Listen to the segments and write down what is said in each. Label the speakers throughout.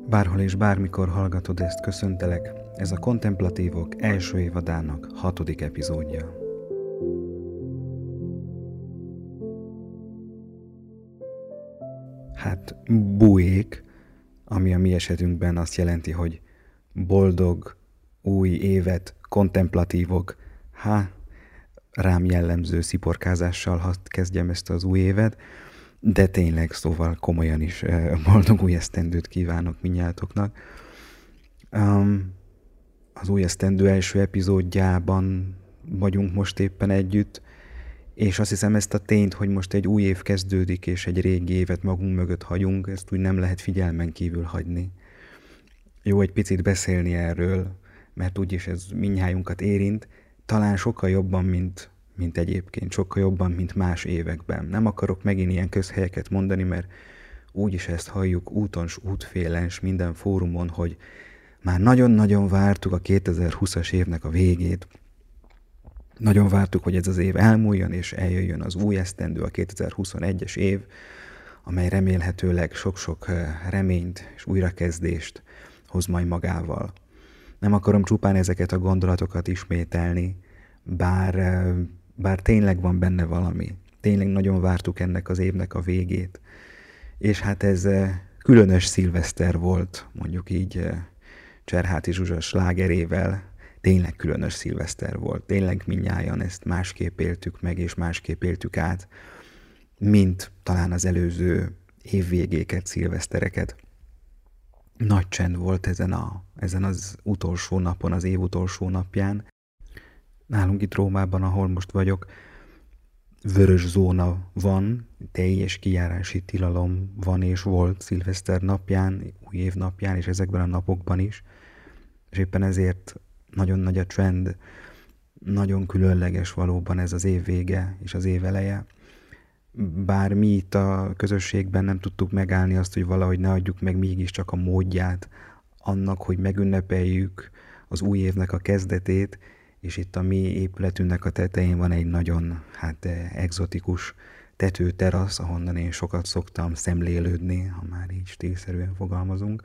Speaker 1: Bárhol és bármikor hallgatod ezt, köszöntelek. Ez a Kontemplatívok első évadának 6. epizódja. Hát bujék, ami a mi esetünkben azt jelenti, hogy boldog új évet, kontemplatívok. Rám jellemző sziporkázással hadd kezdjem ezt az új évet, de tényleg, szóval komolyan is boldog új esztendőt kívánok mindnyájatoknak. Az új esztendő első epizódjában vagyunk most éppen együtt, és azt hiszem ezt a tényt, hogy most egy új év kezdődik, és egy régi évet magunk mögött hagyunk, ezt úgy nem lehet figyelmen kívül hagyni. Jó egy picit beszélni erről, mert úgyis ez mindnyájunkat érint, talán sokkal jobban, mint egyébként, sokkal jobban, mint más években. Nem akarok megint ilyen közhelyeket mondani, mert úgyis ezt halljuk úton s útfélen s minden fórumon, hogy már nagyon-nagyon vártuk a 2020-as évnek a végét. Nagyon vártuk, hogy ez az év elmúljon, és eljöjjön az új esztendő, a 2021-es év, amely remélhetőleg sok-sok reményt és újrakezdést hoz majd magával. Nem akarom csupán ezeket a gondolatokat ismételni, bár tényleg van benne valami. Tényleg nagyon vártuk ennek az évnek a végét. És hát ez különös szilveszter volt, mondjuk így Cserháti Zsuzsa slágerével. Tényleg különös szilveszter volt. Tényleg mindnyájan ezt másképp éltük meg, és másképp éltük át, mint talán az előző évvégéket, szilvesztereket. Nagy csend volt ezen az utolsó napon, az év utolsó napján. Nálunk itt Rómában, ahol most vagyok, vörös zóna van, teljes kijárási tilalom van és volt szilveszter napján, új év napján, és ezekben a napokban is. És éppen ezért nagyon nagy a trend, nagyon különleges valóban ez az év vége és az év eleje. Bár mi itt a közösségben nem tudtuk megállni azt, hogy valahogy ne adjuk meg mégiscsak a módját annak, hogy megünnepeljük az új évnek a kezdetét, és itt a mi épületünknek a tetején van egy nagyon egzotikus tetőterasz, ahonnan én sokat szoktam szemlélődni, ha már így stílszerűen fogalmazunk.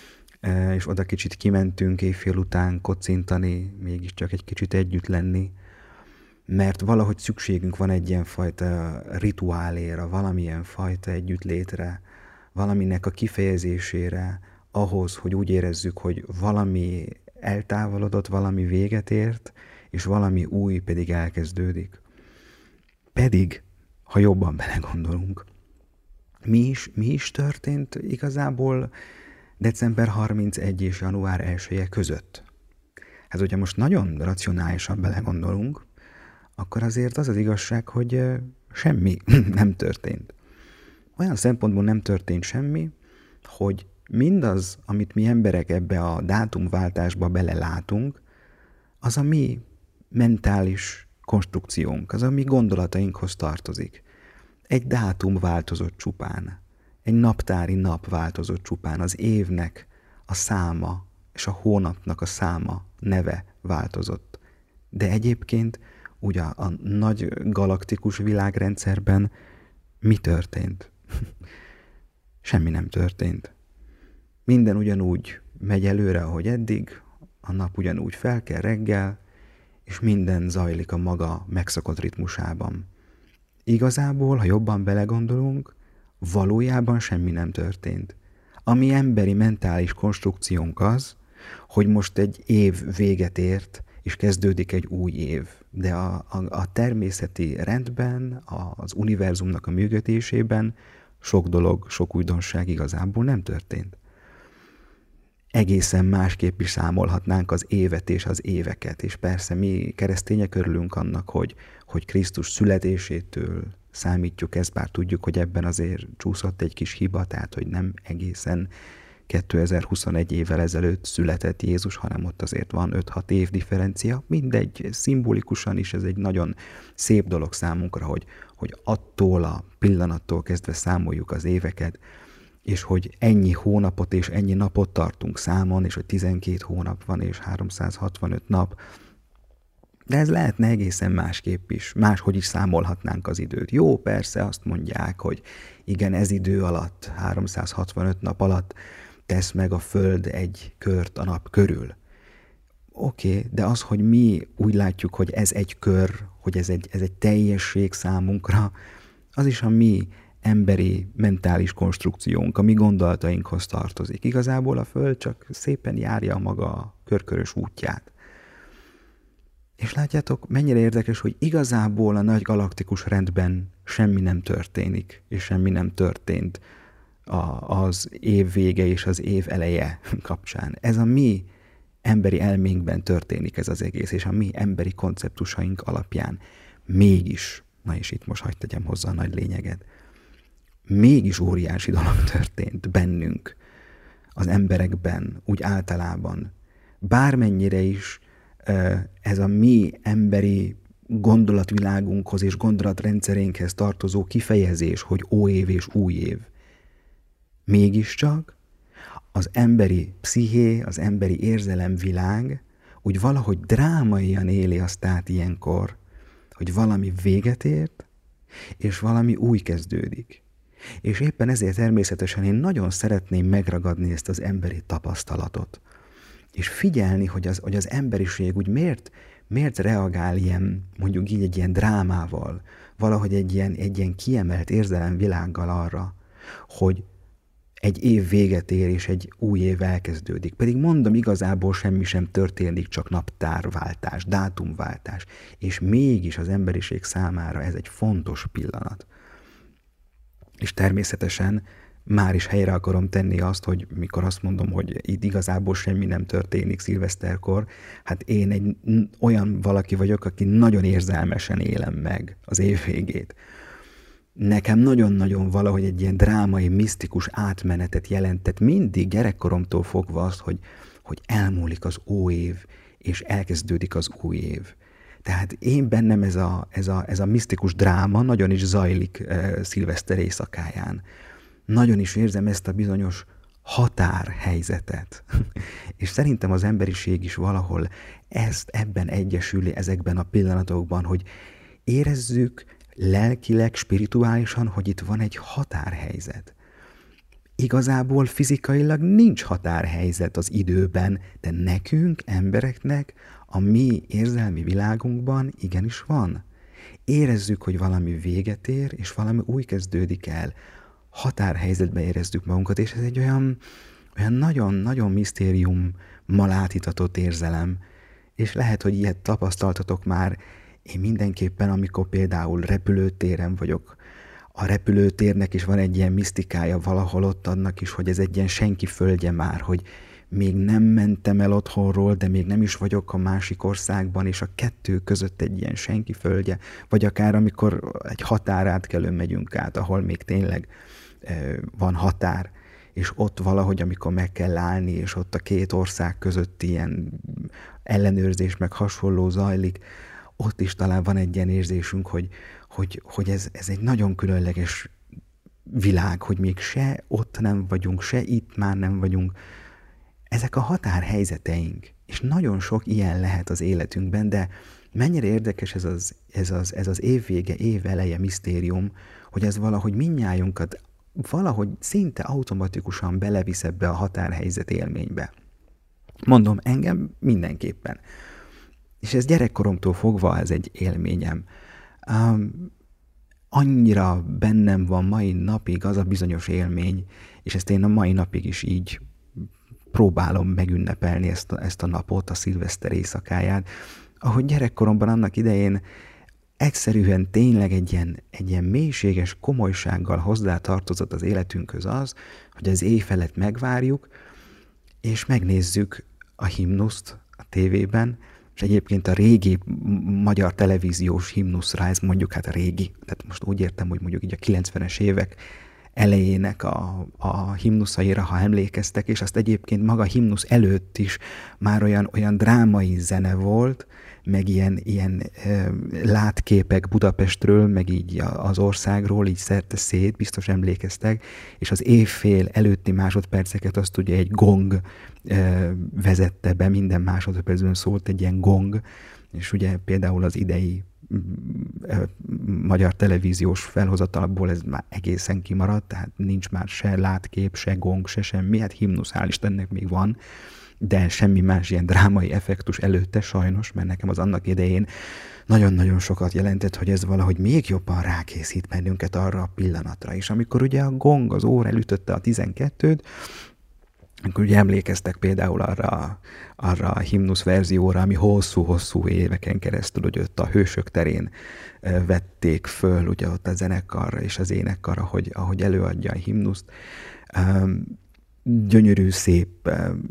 Speaker 1: És oda kicsit kimentünk éjfél után kocintani, mégiscsak egy kicsit együtt lenni, mert valahogy szükségünk van egy ilyen fajta rituáléra, valamilyen fajta együttlétre, valaminek a kifejezésére, ahhoz, hogy úgy érezzük, hogy valami eltávolodott, valami véget ért, és valami új pedig elkezdődik. Pedig, ha jobban belegondolunk, mi is történt igazából december 31 és január 1-je között? Hát, hogyha most nagyon racionálisan belegondolunk, akkor azért az az igazság, hogy semmi nem történt. Olyan szempontból nem történt semmi, hogy mindaz, amit mi emberek ebbe a dátumváltásba belelátunk, az a mi mentális konstrukciónk, az a mi gondolatainkhoz tartozik. Egy dátum változott csupán, egy naptári nap változott csupán, az évnek a száma és a hónapnak a száma, neve változott. De egyébként ugye a nagy galaktikus világrendszerben mi történt? Semmi nem történt. Minden ugyanúgy megy előre, ahogy eddig, a nap ugyanúgy felkel reggel, és minden zajlik a maga megszokott ritmusában. Igazából, ha jobban belegondolunk, valójában semmi nem történt. A mi emberi mentális konstrukciónk az, hogy most egy év véget ért, és kezdődik egy új év. De a természeti rendben, az univerzumnak a működésében sok dolog, sok újdonság igazából nem történt. Egészen másképp is számolhatnánk az évet és az éveket, és persze mi keresztények örülünk annak, hogy Krisztus születésétől számítjuk ezt, bár tudjuk, hogy ebben azért csúszott egy kis hiba, tehát hogy nem egészen 2021 évvel ezelőtt született Jézus, hanem ott azért van 5-6 év differencia. Mindegy, szimbolikusan is ez egy nagyon szép dolog számunkra, hogy attól a pillanattól kezdve számoljuk az éveket, és hogy ennyi hónapot és ennyi napot tartunk számon, és hogy 12 hónap van, és 365 nap. De ez lehetne egészen másképp is, máshogy is számolhatnánk az időt. Jó, persze azt mondják, hogy igen, ez idő alatt, 365 nap alatt tesz meg a Föld egy kört a nap körül. Oké, de az, hogy mi úgy látjuk, hogy ez egy kör, hogy ez egy teljesség számunkra, az is a mi emberi mentális konstrukciónk, a mi gondolatainkhoz tartozik. Igazából a Föld csak szépen járja a maga körkörös útját. És látjátok, mennyire érdekes, hogy igazából a nagy galaktikus rendben semmi nem történik, és semmi nem történt az év vége és az év eleje kapcsán. Ez a mi emberi elménkben történik ez az egész, és a mi emberi konceptusaink alapján mégis, na és itt most hadd tegyem hozzá a nagy lényeget, mégis óriási dolog történt bennünk, az emberekben, úgy általában. Bármennyire is ez a mi emberi gondolatvilágunkhoz és gondolatrendszerénkhez tartozó kifejezés, hogy óév és új év, mégiscsak az emberi psziché, az emberi érzelemvilág úgy valahogy drámaian éli azt át ilyenkor, hogy valami véget ért, és valami új kezdődik. És éppen ezért természetesen én nagyon szeretném megragadni ezt az emberi tapasztalatot. És figyelni, hogy az emberiség úgy miért reagál ilyen, mondjuk így egy ilyen drámával, valahogy egy ilyen kiemelt érzelemvilággal arra, hogy egy év véget ér, és egy új év elkezdődik. Pedig mondom, igazából semmi sem történik, csak naptárváltás, dátumváltás. És mégis az emberiség számára ez egy fontos pillanat. És természetesen már is helyre akarom tenni azt, hogy mikor azt mondom, hogy itt igazából semmi nem történik szilveszterkor, hát én egy olyan valaki vagyok, aki nagyon érzelmesen élem meg az év végét. Nekem nagyon-nagyon valahogy egy ilyen drámai, misztikus átmenetet jelentett mindig gyerekkoromtól fogva azt, hogy elmúlik az óév, és elkezdődik az új év. Tehát én bennem ez a misztikus dráma nagyon is zajlik szilveszter éjszakáján. Nagyon is érzem ezt a bizonyos határhelyzetet. És szerintem az emberiség is valahol ebben egyesül ezekben a pillanatokban, hogy érezzük lelkileg, spirituálisan, hogy itt van egy határhelyzet. Igazából fizikailag nincs határhelyzet az időben, de nekünk, embereknek, a mi érzelmi világunkban igenis van. Érezzük, hogy valami véget ér, és valami új kezdődik el. Határhelyzetbe érezzük magunkat, és ez egy olyan nagyon-nagyon misztériummal átitatott érzelem. És lehet, hogy ilyet tapasztaltatok már. Én mindenképpen, amikor például repülőtéren vagyok, a repülőtérnek is van egy ilyen misztikája valahol ott annak is, hogy ez egy ilyen senki földje már, hogy még nem mentem el otthonról, de még nem is vagyok a másik országban, és a kettő között egy ilyen senki földje, vagy akár amikor egy határátkelőn megyünk át, ahol még tényleg van határ, és ott valahogy, amikor meg kell állni, és ott a két ország között ilyen ellenőrzés meg hasonló zajlik, ott is talán van egy ilyen érzésünk, hogy ez egy nagyon különleges világ, hogy még se ott nem vagyunk, se itt már nem vagyunk. Ezek a határhelyzeteink, és nagyon sok ilyen lehet az életünkben, de mennyire érdekes ez az évvége, éveleje misztérium, hogy ez valahogy mindnyájunkat valahogy szinte automatikusan belevisz ebbe a határhelyzet élménybe. Mondom, engem mindenképpen. És ez gyerekkoromtól fogva ez egy élményem. Annyira bennem van mai napig az a bizonyos élmény, és ezt én a mai napig is így próbálom megünnepelni ezt a napot, a szilveszter éjszakáját. Ahogy gyerekkoromban annak idején egyszerűen tényleg egy ilyen mélységes komolysággal hozzátartozott az életünkhöz az, hogy az éj felett megvárjuk, és megnézzük a himnuszt a tévében, és egyébként a régi magyar televíziós himnuszra, ez mondjuk hát a régi, tehát most úgy értem, hogy mondjuk így a 90-es évek elejének a himnuszaira, ha emlékeztek, és azt egyébként maga a himnusz előtt is már olyan drámai zene volt, meg ilyen látképek Budapestről, meg így az országról, így szerte szét, biztos emlékeztek, és az évfél előtti másodperceket azt ugye egy gong vezette be, minden másodpercben szólt egy ilyen gong, és ugye például az idei magyar televíziós felhozatalból ez már egészen kimaradt, tehát nincs már se látkép, se gong, se semmi, hát himnusz, hál' Istennek még van, de semmi más ilyen drámai effektus előtte sajnos, mert nekem az annak idején nagyon-nagyon sokat jelentett, hogy ez valahogy még jobban rákészít bennünket arra a pillanatra. És amikor ugye a gong, az óra elütötte a 12-t, akkor ugye emlékeztek például arra a himnusz verzióra, ami hosszú-hosszú éveken keresztül ugye ott a Hősök terén vették föl, ugye ott a zenekarra és az énekkarra, ahogy előadja a himnuszt. Gyönyörű, szép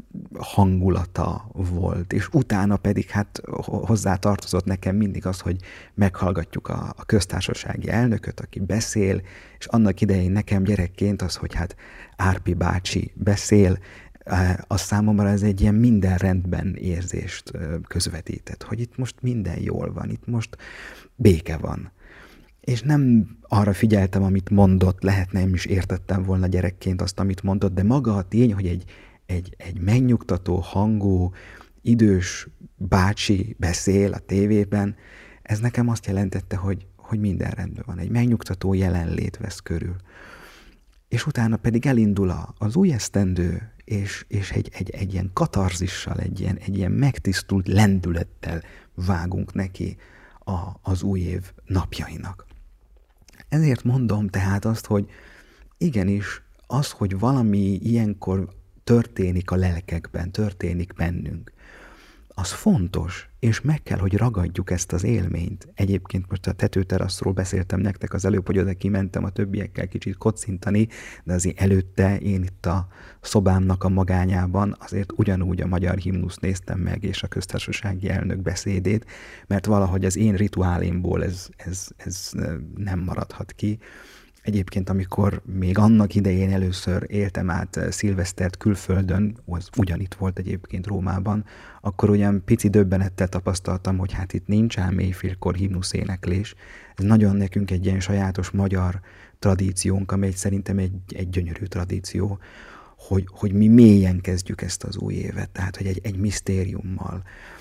Speaker 1: hangulata volt, és utána pedig hát hozzá tartozott nekem mindig az, hogy meghallgatjuk a köztársasági elnököt, aki beszél, és annak idején nekem gyerekként az, hogy hát Árpi bácsi beszél, az számomra ez egy ilyen minden rendben érzést közvetített, hogy itt most minden jól van, itt most béke van. És nem arra figyeltem, amit mondott, lehet nem is értettem volna gyerekként azt, amit mondott, de maga a tény, hogy egy megnyugtató hangú, idős bácsi beszél a tévében, ez nekem azt jelentette, hogy minden rendben van. Egy megnyugtató jelenlét vesz körül. És utána pedig elindul az új esztendő, és egy ilyen katarzissal, egy ilyen megtisztult lendülettel vágunk neki az új év napjainak. Ezért mondom tehát azt, hogy igenis az, hogy valami ilyenkor történik a lelkekben, történik bennünk, az fontos, és meg kell, hogy ragadjuk ezt az élményt. Egyébként most a tetőteraszról beszéltem nektek az előbb, hogy oda kimentem a többiekkel kicsit kocintani, de azért előtte én itt a szobámnak a magányában azért ugyanúgy a magyar himnuszt néztem meg, és a köztársasági elnök beszédét, mert valahogy az én rituálémból ez nem maradhat ki. Egyébként, amikor még annak idején először éltem át szilvesztert külföldön, az ugyanitt volt egyébként Rómában, akkor ugyan pici döbbenettel tapasztaltam, hogy hát itt nincs ám éjfélkor himnusz éneklés. Ez nagyon nekünk egy ilyen sajátos magyar tradíciónk, amely szerintem egy gyönyörű tradíció, hogy mi mélyen kezdjük ezt az új évet, tehát hogy egy misztériummal,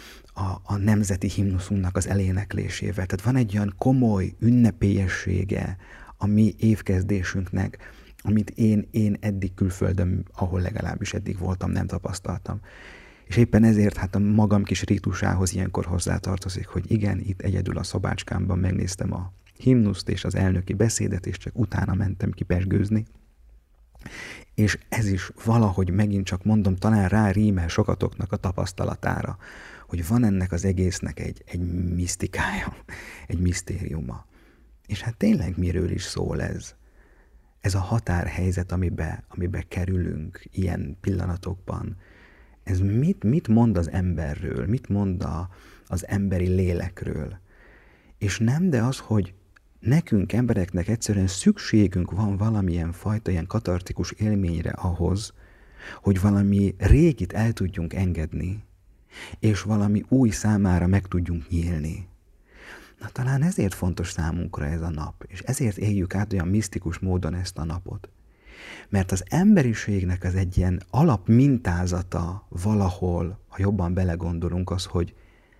Speaker 1: a nemzeti himnuszunknak az eléneklésével. Tehát van egy olyan komoly ünnepélyessége a mi évkezdésünknek, amit én eddig külföldön, ahol legalábbis eddig voltam, nem tapasztaltam. És éppen ezért hát a magam kis rítusához ilyenkor hozzátartozik, hogy igen, itt egyedül a szobácskámban megnéztem a himnuszt és az elnöki beszédet, és csak utána mentem ki pezsgőzni. És ez is valahogy megint csak mondom, talán rímel sokatoknak a tapasztalatára, hogy van ennek az egésznek egy misztikája, egy misztériuma. És hát tényleg miről is szól ez? Ez a határhelyzet, amibe kerülünk ilyen pillanatokban. Ez mit mond az emberről? Mit mond az emberi lélekről? És nem, de az, hogy nekünk embereknek egyszerűen szükségünk van valamilyen fajta ilyen katartikus élményre ahhoz, hogy valami régit el tudjunk engedni, és valami új számára meg tudjunk nyílni. Na talán ezért fontos számunkra ez a nap, és ezért éljük át olyan misztikus módon ezt a napot. Mert az emberiségnek az egy ilyen alapmintázata valahol, ha jobban belegondolunk, az, hogy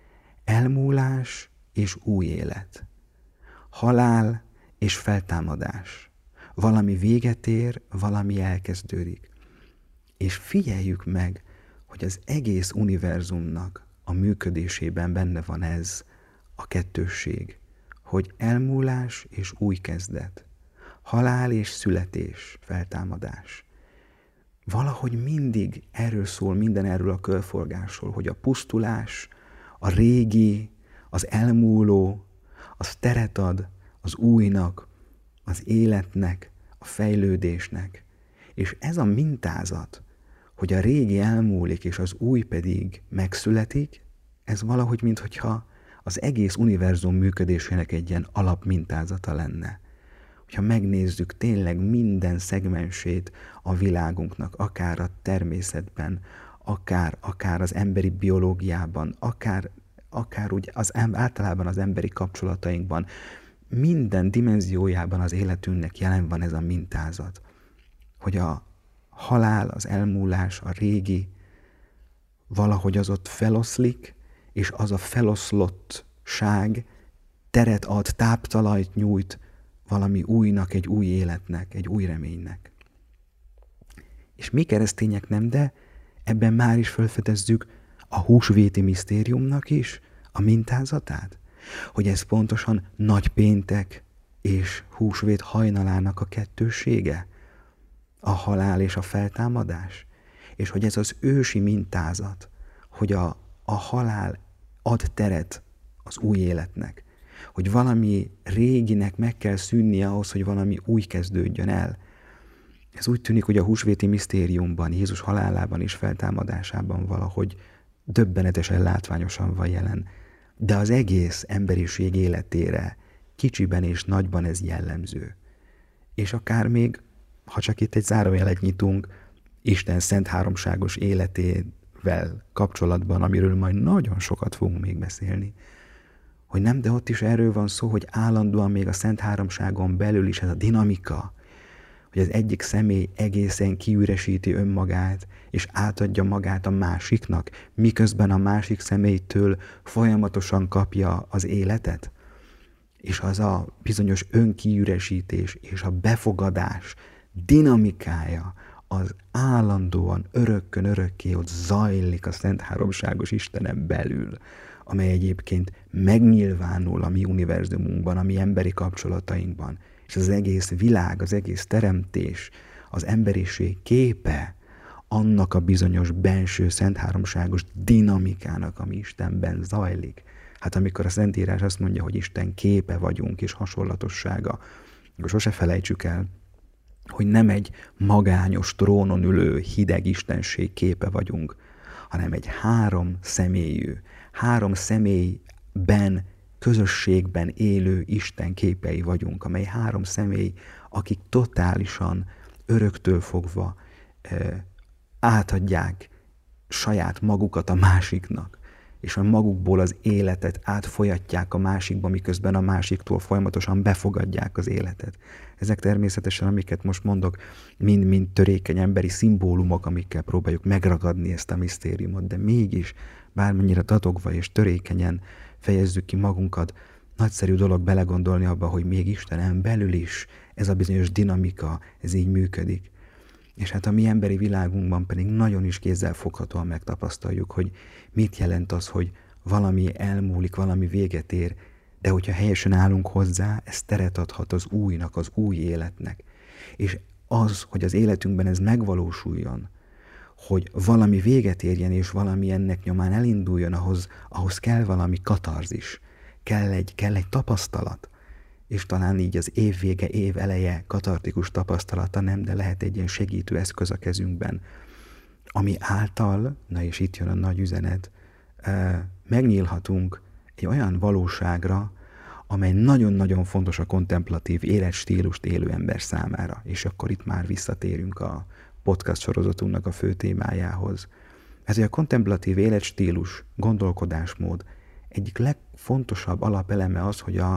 Speaker 1: elmúlás és új élet, halál és feltámadás. Valami véget ér, valami elkezdődik. És figyeljük meg, hogy az egész univerzumnak a működésében benne van ez, a kettősség, hogy elmúlás és új kezdet, halál és születés, feltámadás. Valahogy mindig erről szól, minden erről a körforgásról, hogy a pusztulás, a régi, az elmúló, az teret ad az újnak, az életnek, a fejlődésnek. És ez a mintázat, hogy a régi elmúlik és az új pedig megszületik, ez valahogy minthogyha az egész univerzum működésének egy ilyen alapmintázata lenne. Hogyha megnézzük tényleg minden szegmensét a világunknak, akár a természetben, akár az emberi biológiában, akár úgy általában az emberi kapcsolatainkban, minden dimenziójában az életünknek jelen van ez a mintázat. Hogy a halál, az elmúlás, a régi, valahogy az ott feloszlik, és az a feloszlottság teret ad, táptalajt nyújt valami újnak, egy új életnek, egy új reménynek. És mi keresztények nem, de ebben már is felfedezzük a húsvéti misztériumnak is a mintázatát, hogy ez pontosan nagypéntek és húsvét hajnalának a kettőssége, a halál és a feltámadás, és hogy ez az ősi mintázat, hogy a halál ad teret az új életnek, hogy valami réginek meg kell szűnnie ahhoz, hogy valami új kezdődjön el. Ez úgy tűnik, hogy a húsvéti misztériumban, Jézus halálában és feltámadásában valahogy döbbenetesen látványosan van jelen. De az egész emberiség életére kicsiben és nagyban ez jellemző. És akár még, ha csak itt egy zárójelet nyitunk, Isten szent háromságos életével kapcsolatban, amiről majd nagyon sokat fogunk még beszélni, hogy nem, de ott is erről van szó, hogy állandóan még a szent háromságon belül is ez a dinamika, hogy az egyik személy egészen kiüresíti önmagát, és átadja magát a másiknak, miközben a másik személytől folyamatosan kapja az életet. És az a bizonyos önkiüresítés és a befogadás dinamikája az állandóan örökkön örökké ott zajlik a szent háromságos Istenen belül, amely egyébként megnyilvánul a mi univerzumunkban, a mi emberi kapcsolatainkban, és az egész világ, az egész teremtés, az emberiség képe annak a bizonyos benső szent háromságos dinamikának, ami Istenben zajlik. Hát amikor a Szentírás azt mondja, hogy Isten képe vagyunk és hasonlatossága, akkor sose felejtsük el, hogy nem egy magányos trónon ülő hideg istenség képe vagyunk, hanem egy három személyben, közösségben élő Isten képei vagyunk, amely három személy, akik totálisan öröktől fogva átadják saját magukat a másiknak, és a magukból az életet átfolyatják a másikba, miközben a másiktól folyamatosan befogadják az életet. Ezek természetesen, amiket most mondok, mind-mind törékeny emberi szimbólumok, amikkel próbáljuk megragadni ezt a misztériumot, de mégis, bármennyire dadogva és törékenyen fejezzük ki magunkat, nagyszerű dolog belegondolni abba, hogy még Istenen belül is ez a bizonyos dinamika, ez így működik. És hát a mi emberi világunkban pedig nagyon is kézzelfoghatóan megtapasztaljuk, hogy mit jelent az, hogy valami elmúlik, valami véget ér, de hogyha helyesen állunk hozzá, ez teret adhat az újnak, az új életnek. És az, hogy az életünkben ez megvalósuljon, hogy valami véget érjen, és valami ennek nyomán elinduljon, ahhoz kell valami katarzis, kell egy tapasztalat. És talán így az év vége, év eleje katartikus tapasztalata nem, de lehet egy ilyen segítő eszköz a kezünkben, ami által, na és itt jön a nagy üzenet, megnyílhatunk egy olyan valóságra, amely nagyon-nagyon fontos a kontemplatív életstílust élő ember számára. És akkor itt már visszatérünk a podcast sorozatunknak a fő témájához. Ez, hogy a kontemplatív életstílus, gondolkodásmód egyik legfontosabb alapeleme az, hogy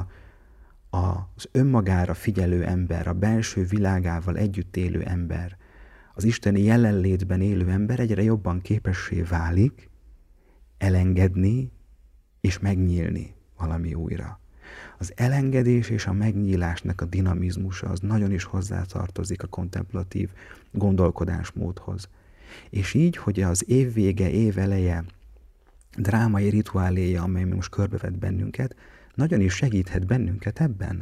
Speaker 1: az önmagára figyelő ember, a belső világával együtt élő ember, az isteni jelenlétben élő ember egyre jobban képessé válik elengedni és megnyílni valami újra. Az elengedés és a megnyílásnak a dinamizmusa az nagyon is hozzátartozik a kontemplatív gondolkodásmódhoz. És így, hogy az év vége, év eleje drámai rituáléja, amely most körbevet bennünket, nagyon is segíthet bennünket ebben.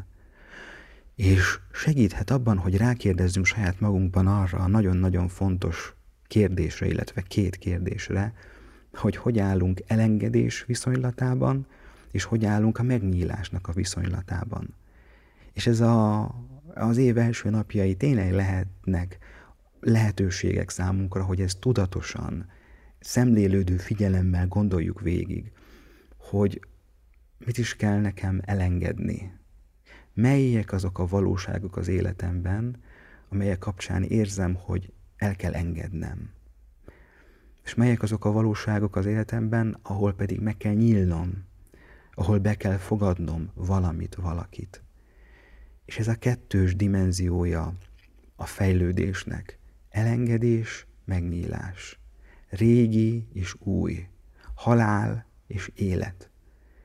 Speaker 1: És segíthet abban, hogy rákérdezzünk saját magunkban arra a nagyon-nagyon fontos kérdésre, illetve két kérdésre, hogy állunk elengedés viszonylatában, és hogy állunk a megnyílásnak a viszonylatában. És ez az év első napjai tényleg lehetnek lehetőségek számunkra, hogy ezt tudatosan, szemlélődő figyelemmel gondoljuk végig, hogy mit is kell nekem elengedni. Melyek azok a valóságok az életemben, amelyek kapcsán érzem, hogy el kell engednem. És melyek azok a valóságok az életemben, ahol pedig meg kell nyílnom, ahol be kell fogadnom valamit, valakit. És ez a kettős dimenziója a fejlődésnek. Elengedés, megnyílás. Régi és új. Halál és élet.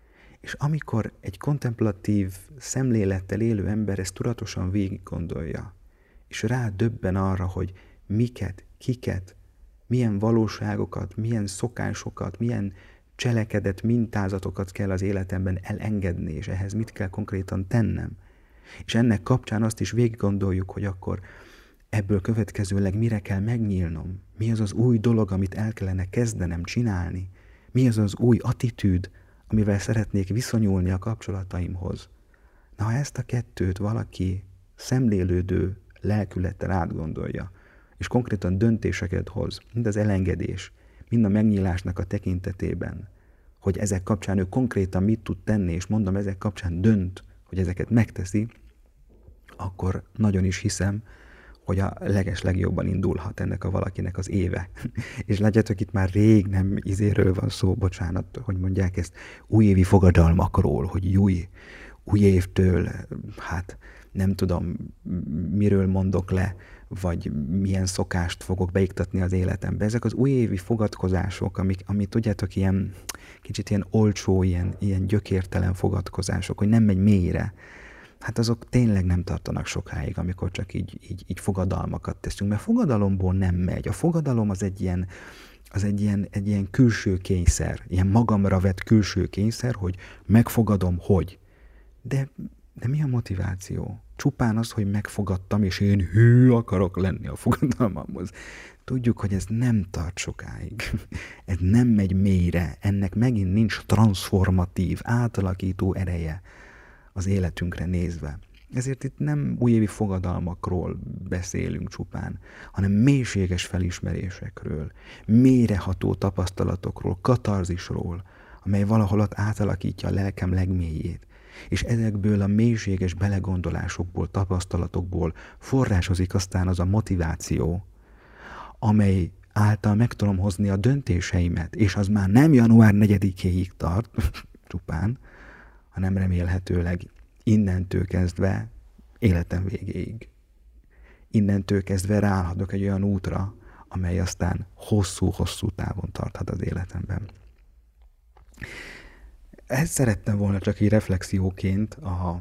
Speaker 1: És amikor egy kontemplatív szemlélettel élő ember ezt tudatosan végig gondolja, és rá döbben arra, hogy miket, kiket, milyen valóságokat, milyen szokásokat, milyen cselekedet mintázatokat kell az életemben elengedni, és ehhez mit kell konkrétan tennem. És ennek kapcsán azt is végig gondoljuk, hogy akkor ebből következőleg mire kell megnyílnom, mi az az új dolog, amit el kellene kezdenem csinálni, mi az az új attitűd, amivel szeretnék viszonyulni a kapcsolataimhoz. Na, ha ezt a kettőt valaki szemlélődő lelkülettel átgondolja, és konkrétan döntéseket hoz, mind az elengedés, mind a megnyílásnak a tekintetében, hogy ezek kapcsán ő konkrétan mit tud tenni, és mondom, ezek kapcsán dönt, hogy ezeket megteszi, akkor nagyon is hiszem, hogy a legeslegjobban indulhat ennek a valakinek az éve. És látjátok, itt már rég nem izéről van szó, bocsánat, hogy mondják ezt, újévi fogadalmakról, hogy új évtől, hát nem tudom, miről mondok le, vagy milyen szokást fogok beiktatni az életembe. Ezek az újévi fogadkozások, amik tudjátok, ilyen kicsit ilyen olcsó, ilyen gyökértelen fogadkozások, hogy nem megy mélyre. Hát azok tényleg nem tartanak sokáig, amikor csak így fogadalmakat teszünk, mert fogadalomból nem megy. A fogadalom az egy ilyen külső kényszer, ilyen magamra vett külső kényszer, hogy megfogadom, hogy. De mi a motiváció? Csupán az, hogy megfogadtam, és én hű akarok lenni a fogadalmamhoz. Tudjuk, hogy ez nem tart sokáig. Ez nem megy mélyre. Ennek megint nincs transformatív, átalakító ereje az életünkre nézve. Ezért itt nem újévi fogadalmakról beszélünk csupán, hanem mélységes felismerésekről, mélyreható tapasztalatokról, katarzisról, amely valahol ott átalakítja a lelkem legmélyét. És ezekből a mélységes belegondolásokból, tapasztalatokból forrásozik aztán az a motiváció, amely által meg tudom hozni a döntéseimet, és az már nem január 4-éig tart, csupán, hanem remélhetőleg innentől kezdve életem végéig. Innentől kezdve ráállhatok egy olyan útra, amely aztán hosszú-hosszú távon tarthat az életemben. Ezt szerettem volna csak így reflexióként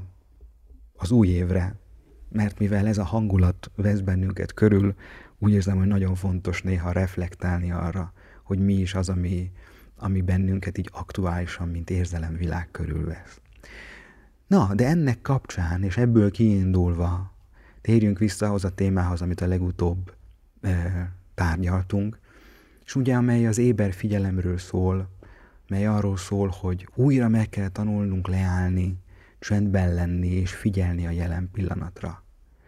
Speaker 1: az új évre, mert mivel ez a hangulat vesz bennünket körül, úgy érzem, hogy nagyon fontos néha reflektálni arra, hogy mi is az, ami bennünket így aktuálisan, mint érzelemvilág körülvesz. Na, de ennek kapcsán, és ebből kiindulva, térjünk vissza ahhoz a témához, amit a legutóbb tárgyaltunk, és ugye amely az éber figyelemről szól, mely arról szól, hogy újra meg kell tanulnunk leállni, csendben lenni és figyelni a jelen pillanatra.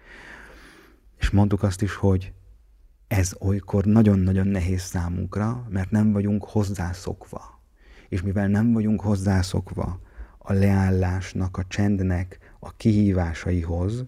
Speaker 1: És mondtuk azt is, hogy ez olykor nagyon-nagyon nehéz számunkra, mert nem vagyunk hozzászokva. És mivel nem vagyunk hozzászokva a leállásnak, a csendnek a kihívásaihoz,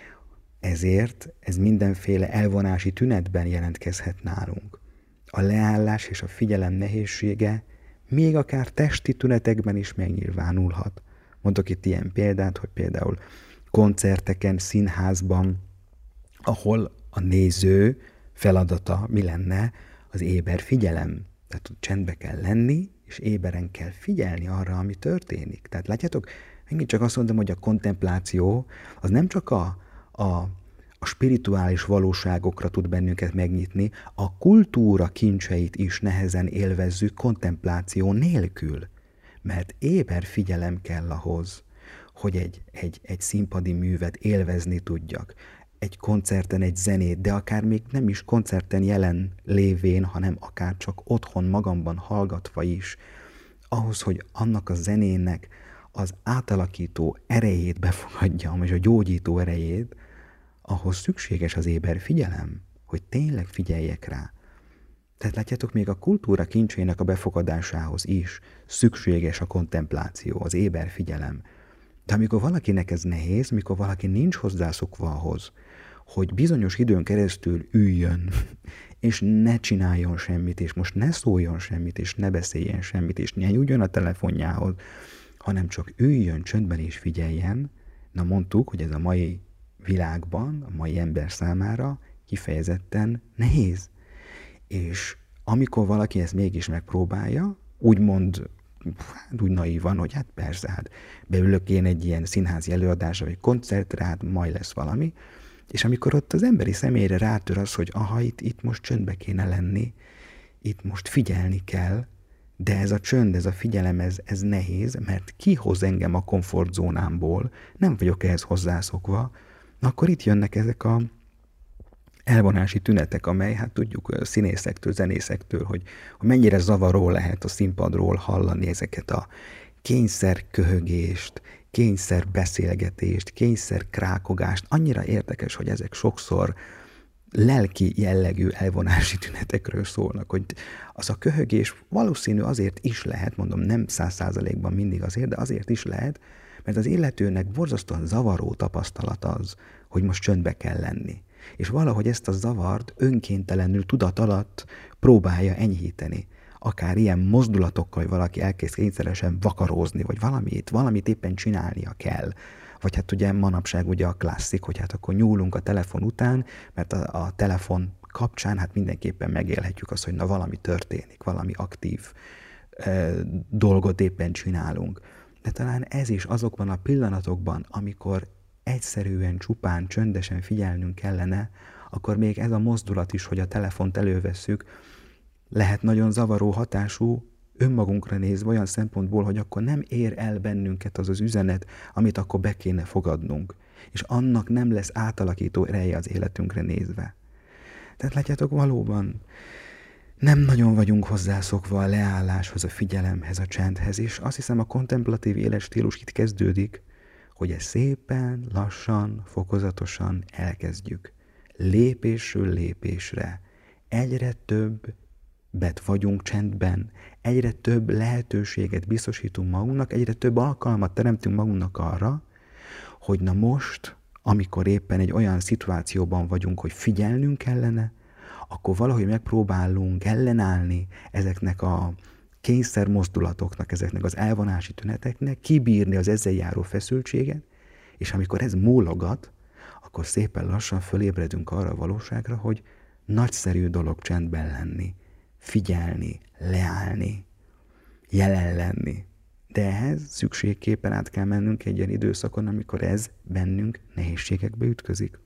Speaker 1: ezért ez mindenféle elvonási tünetben jelentkezhet nálunk. A leállás és a figyelem nehézsége még akár testi tünetekben is megnyilvánulhat. Mondok itt ilyen példát, hogy például koncerteken, színházban, ahol a néző feladata mi lenne? Az éber figyelem. Tehát csendbe kell lenni, és éberen kell figyelni arra, ami történik. Tehát látjátok, megint csak azt mondom, hogy a kontempláció az nem csak a spirituális valóságokra tud bennünket megnyitni, a kultúra kincseit is nehezen élvezzük kontempláció nélkül. Mert éber figyelem kell ahhoz, hogy egy színpadi művet élvezni tudjak. Egy koncerten egy zenét, de akár még nem is koncerten jelen lévén, hanem akár csak otthon magamban hallgatva is, ahhoz, hogy annak a zenének az átalakító erejét befogadjam, és a gyógyító erejét, ahhoz szükséges az éber figyelem, hogy tényleg figyeljek rá. Tehát látjátok, még a kultúra kincsének a befogadásához is szükséges a kontempláció, az éber figyelem. De amikor valakinek ez nehéz, mikor valaki nincs hozzászokva ahhoz, hogy bizonyos időn keresztül üljön, és ne csináljon semmit, és most ne szóljon semmit, és ne beszéljen semmit, és ne nyújjon a telefonjához, hanem csak üljön csöndben és figyeljen. Na, mondtuk, hogy ez a mai világban, a mai ember számára kifejezetten nehéz. És amikor valaki ezt mégis megpróbálja, úgymond hát úgy naívan, hogy hát persze, hát beülök én egy ilyen színházi előadásra, vagy koncertre, hát majd lesz valami. És amikor ott az emberi személyre rátör az, hogy aha, itt most csöndbe kéne lenni, itt most figyelni kell, de ez a csönd, ez a figyelem, ez nehéz, mert kihoz engem a komfortzónámból, nem vagyok ehhez hozzászokva, akkor itt jönnek ezek a elvonási tünetek, amely, hát tudjuk színészektől, zenészektől, hogy mennyire zavaró lehet a színpadról hallani ezeket a kényszer köhögést, kényszer beszélgetést, kényszer krákogást. Annyira érdekes, hogy ezek sokszor lelki jellegű elvonási tünetekről szólnak, hogy az a köhögés valószínű azért is lehet, mondom, nem 100%-ban mindig azért, de azért is lehet, mert az illetőnek borzasztóan zavaró tapasztalat az, hogy most csöndbe kell lenni. És valahogy ezt a zavart önkéntelenül tudat alatt próbálja enyhíteni. Akár ilyen mozdulatokkal, hogy valaki elkezd kényszeresen vakarózni, vagy valamit éppen csinálnia kell. Vagy hát ugye manapság ugye a klasszik, hogy hát akkor nyúlunk a telefon után, mert a telefon kapcsán hát mindenképpen megélhetjük azt, hogy na valami történik, valami aktív dolgot éppen csinálunk. De talán ez is azokban a pillanatokban, amikor egyszerűen, csupán, csöndesen figyelnünk kellene, akkor még ez a mozdulat is, hogy a telefont elővesszük, lehet nagyon zavaró hatású önmagunkra nézve olyan szempontból, hogy akkor nem ér el bennünket az az üzenet, amit akkor be kéne fogadnunk. És annak nem lesz átalakító ereje az életünkre nézve. Tehát látjátok, valóban nem nagyon vagyunk hozzászokva a leálláshoz, a figyelemhez, a csendhez, és azt hiszem a kontemplatív életstílus itt kezdődik, hogy ezt szépen, lassan, fokozatosan elkezdjük. Lépésről lépésre. Egyre többet vagyunk csendben, egyre több lehetőséget biztosítunk magunknak, egyre több alkalmat teremtünk magunknak arra, hogy na most, amikor éppen egy olyan szituációban vagyunk, hogy figyelnünk kellene, akkor valahogy megpróbálunk ellenállni ezeknek a kényszer mozdulatoknak, ezeknek az elvonási tüneteknek, kibírni az ezzel járó feszültséget, és amikor ez mólogat, akkor szépen lassan fölébredünk arra a valóságra, hogy nagyszerű dolog csendben lenni, figyelni, leállni, jelen lenni. De ehhez szükségképpen át kell mennünk egy ilyen időszakon, amikor ez bennünk nehézségekbe ütközik.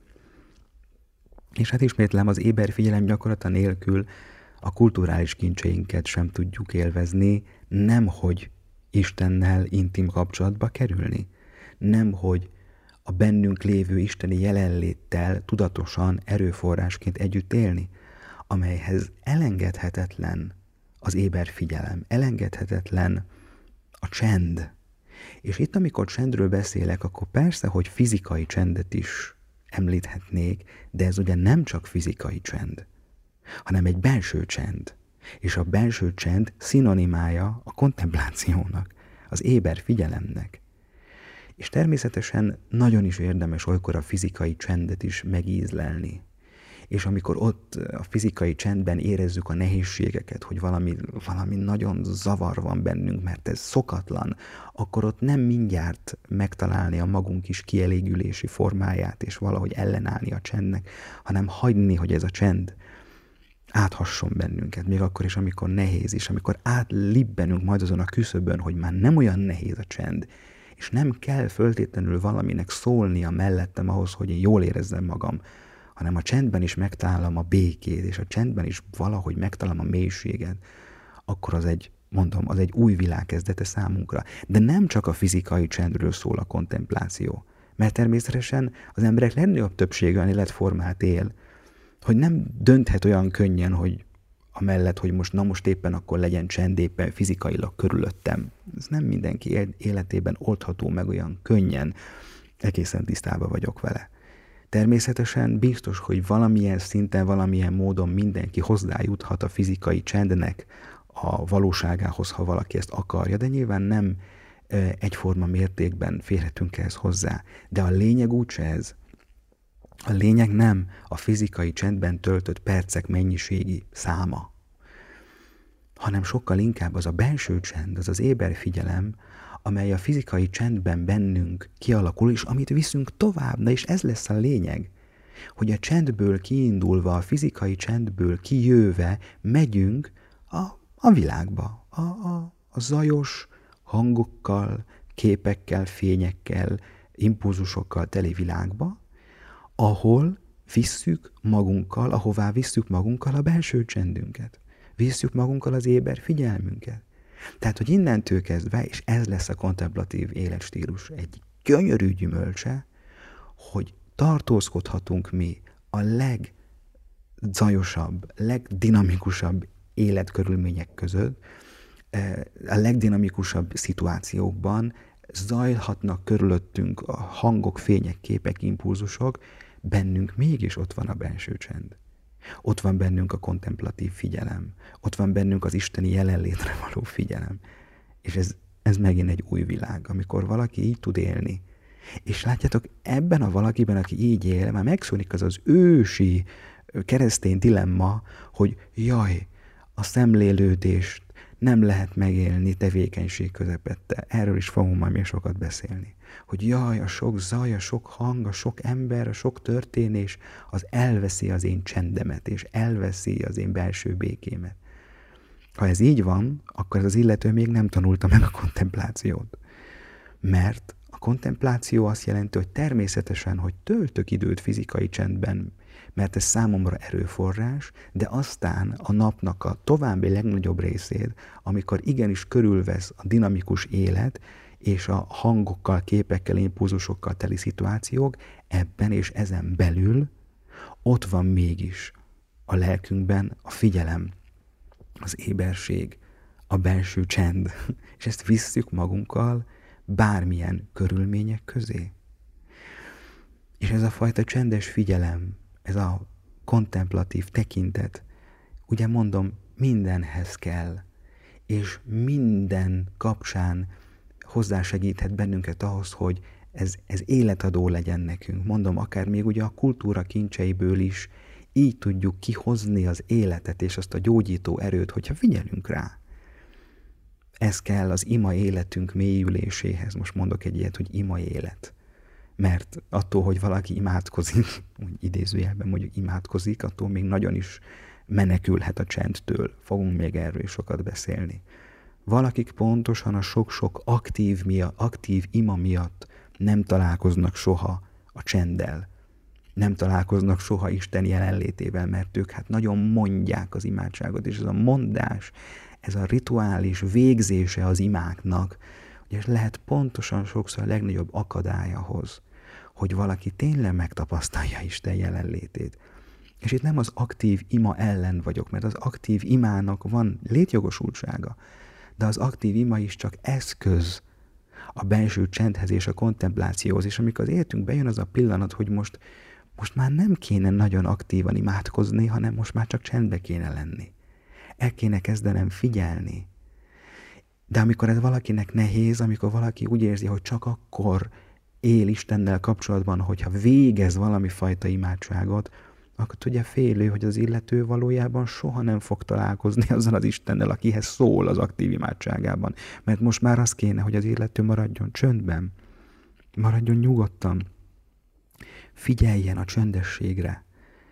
Speaker 1: És hát ismétlem, az éber figyelem gyakorlata nélkül a kulturális kincseinket sem tudjuk élvezni, nemhogy Istennel intim kapcsolatba kerülni, nemhogy a bennünk lévő isteni jelenléttel tudatosan erőforrásként együtt élni, amelyhez elengedhetetlen az éber figyelem, elengedhetetlen a csend. És itt, amikor csendről beszélek, akkor persze, hogy fizikai csendet is említhetnék, de ez ugye nem csak fizikai csend, hanem egy belső csend. És a belső csend szinonimája a kontemplációnak, az éber figyelemnek. És természetesen nagyon is érdemes olykor a fizikai csendet is megízlelni. És amikor ott a fizikai csendben érezzük a nehézségeket, hogy valami nagyon zavar van bennünk, mert ez szokatlan, akkor ott nem mindjárt megtalálni a magunk is kielégülési formáját, és valahogy ellenállni a csendnek, hanem hagyni, hogy ez a csend áthasson bennünket, még akkor is, amikor nehéz, és amikor átlibbenünk majd azon a küszöbön, hogy már nem olyan nehéz a csend, és nem kell föltétlenül valaminek szólnia mellettem ahhoz, hogy én jól érezzem magam, hanem a csendben is megtalálom a békét, és a csendben is valahogy megtalálom a mélységet, akkor az egy új világ kezdete számunkra. De nem csak a fizikai csendről szól a kontempláció, mert természetesen az emberek legnagyobb többsége olyan életformát él, hogy nem dönthet olyan könnyen, hogy amellett, hogy most éppen akkor legyen csend éppen fizikailag körülöttem. Ez nem mindenki életében oldható meg olyan könnyen, egészen tisztában vagyok vele. Természetesen biztos, hogy valamilyen szinten, valamilyen módon mindenki hozzájuthat a fizikai csendnek a valóságához, ha valaki ezt akarja, de nyilván nem egyforma mértékben férhetünk ehhez hozzá. De a lényeg úgyse ez. A lényeg nem a fizikai csendben töltött percek mennyiségi száma, hanem sokkal inkább az a belső csend, az az éberfigyelem, amely a fizikai csendben bennünk kialakul, és amit viszünk tovább, na és ez lesz a lényeg, hogy a csendből kiindulva, a fizikai csendből kijöve megyünk a világba, a zajos, hangokkal, képekkel, fényekkel, impulzusokkal teli világba, ahol visszük magunkkal, ahová visszük magunkkal a belső csendünket. Visszük magunkkal az éber figyelmünket. Tehát, hogy innentől kezdve, és ez lesz a kontemplatív életstílus egy gyönyörű gyümölcse, hogy tartózkodhatunk mi a legzajosabb, legdinamikusabb életkörülmények között, a legdinamikusabb szituációkban zajlhatnak körülöttünk a hangok, fények, képek, impulzusok, bennünk mégis ott van a belső csend. Ott van bennünk a kontemplatív figyelem. Ott van bennünk az isteni jelenlétre való figyelem. És ez megint egy új világ, amikor valaki így tud élni. És látjátok, ebben a valakiben, aki így él, már megszűnik az ősi keresztény dilemma, hogy jaj, a szemlélődést nem lehet megélni tevékenység közepette. Erről is fogunk majd még sokat beszélni. Hogy jaj, a sok zaj, a sok hang, a sok ember, a sok történés, az elveszi az én csendemet, és elveszi az én belső békémet. Ha ez így van, akkor az illető még nem tanulta meg a kontemplációt. Mert a kontempláció azt jelenti, hogy természetesen, hogy töltök időt fizikai csendben, mert ez számomra erőforrás, de aztán a napnak a további legnagyobb részét, amikor igenis körülvesz a dinamikus élet, és a hangokkal, képekkel, impulzusokkal teli szituációk, ebben és ezen belül ott van mégis a lelkünkben a figyelem, az éberség, a belső csend, és ezt visszük magunkkal bármilyen körülmények közé. És ez a fajta csendes figyelem, ez a kontemplatív tekintet, ugye mondom, mindenhez kell, és minden kapcsán hozzásegíthet bennünket ahhoz, hogy ez életadó legyen nekünk. Mondom, akár még ugye a kultúra kincseiből is így tudjuk kihozni az életet és azt a gyógyító erőt, hogyha figyelünk rá. Ez kell az ima életünk mélyüléséhez. Most mondok egy ilyet, hogy ima élet. Mert attól, hogy valaki imádkozik, úgy idézőjelben mondjuk imádkozik, attól még nagyon is menekülhet a csendtől. Fogunk még erről is sokat beszélni. Valakik pontosan a sok-sok aktív ima miatt nem találkoznak soha a csenddel. Nem találkoznak soha Isten jelenlétével, mert ők hát nagyon mondják az imádságot, és ez a mondás, ez a rituális végzése az imáknak, és lehet pontosan sokszor a legnagyobb akadály ahhoz, hogy valaki tényleg megtapasztalja Isten jelenlétét. És itt nem az aktív ima ellen vagyok, mert az aktív imának van létjogosultsága, de az aktív ima is csak eszköz a belső csendhez és a kontemplációhoz, és amikor az életünkbe jön az a pillanat, hogy most már nem kéne nagyon aktívan imádkozni, hanem most már csak csendbe kéne lenni. El kéne kezdenem figyelni. De amikor ez valakinek nehéz, amikor valaki úgy érzi, hogy csak akkor él Istennel kapcsolatban, hogyha végez valami fajta imádságot, akkor tudja félő, hogy az illető valójában soha nem fog találkozni azzal az Istennel, akihez szól az aktív imádságában. Mert most már az kéne, hogy az illető maradjon csöndben, maradjon nyugodtan, figyeljen a csöndességre,